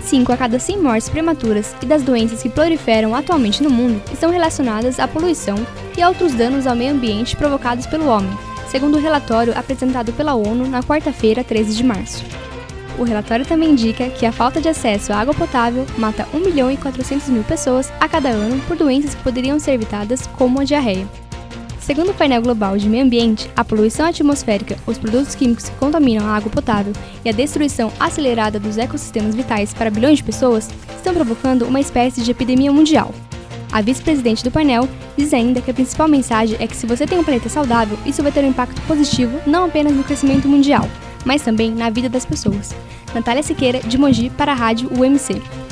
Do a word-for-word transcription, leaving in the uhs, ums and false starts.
cinco a cada cem mortes prematuras e das doenças que proliferam atualmente no mundo estão relacionadas à poluição e a outros danos ao meio ambiente provocados pelo homem, segundo o relatório apresentado pela ONU na quarta-feira, treze de março. O relatório também indica que a falta de acesso à água potável mata um milhão e quatrocentas mil pessoas a cada ano por doenças que poderiam ser evitadas, como a diarreia. Segundo o painel global de meio ambiente, a poluição atmosférica, os produtos químicos que contaminam a água potável e a destruição acelerada dos ecossistemas vitais para bilhões de pessoas estão provocando uma espécie de epidemia mundial. A vice-presidente do painel diz ainda que a principal mensagem é que se você tem um planeta saudável, isso vai ter um impacto positivo não apenas no crescimento mundial, mas também na vida das pessoas. Natália Siqueira, de Mogi, para a Rádio U M C.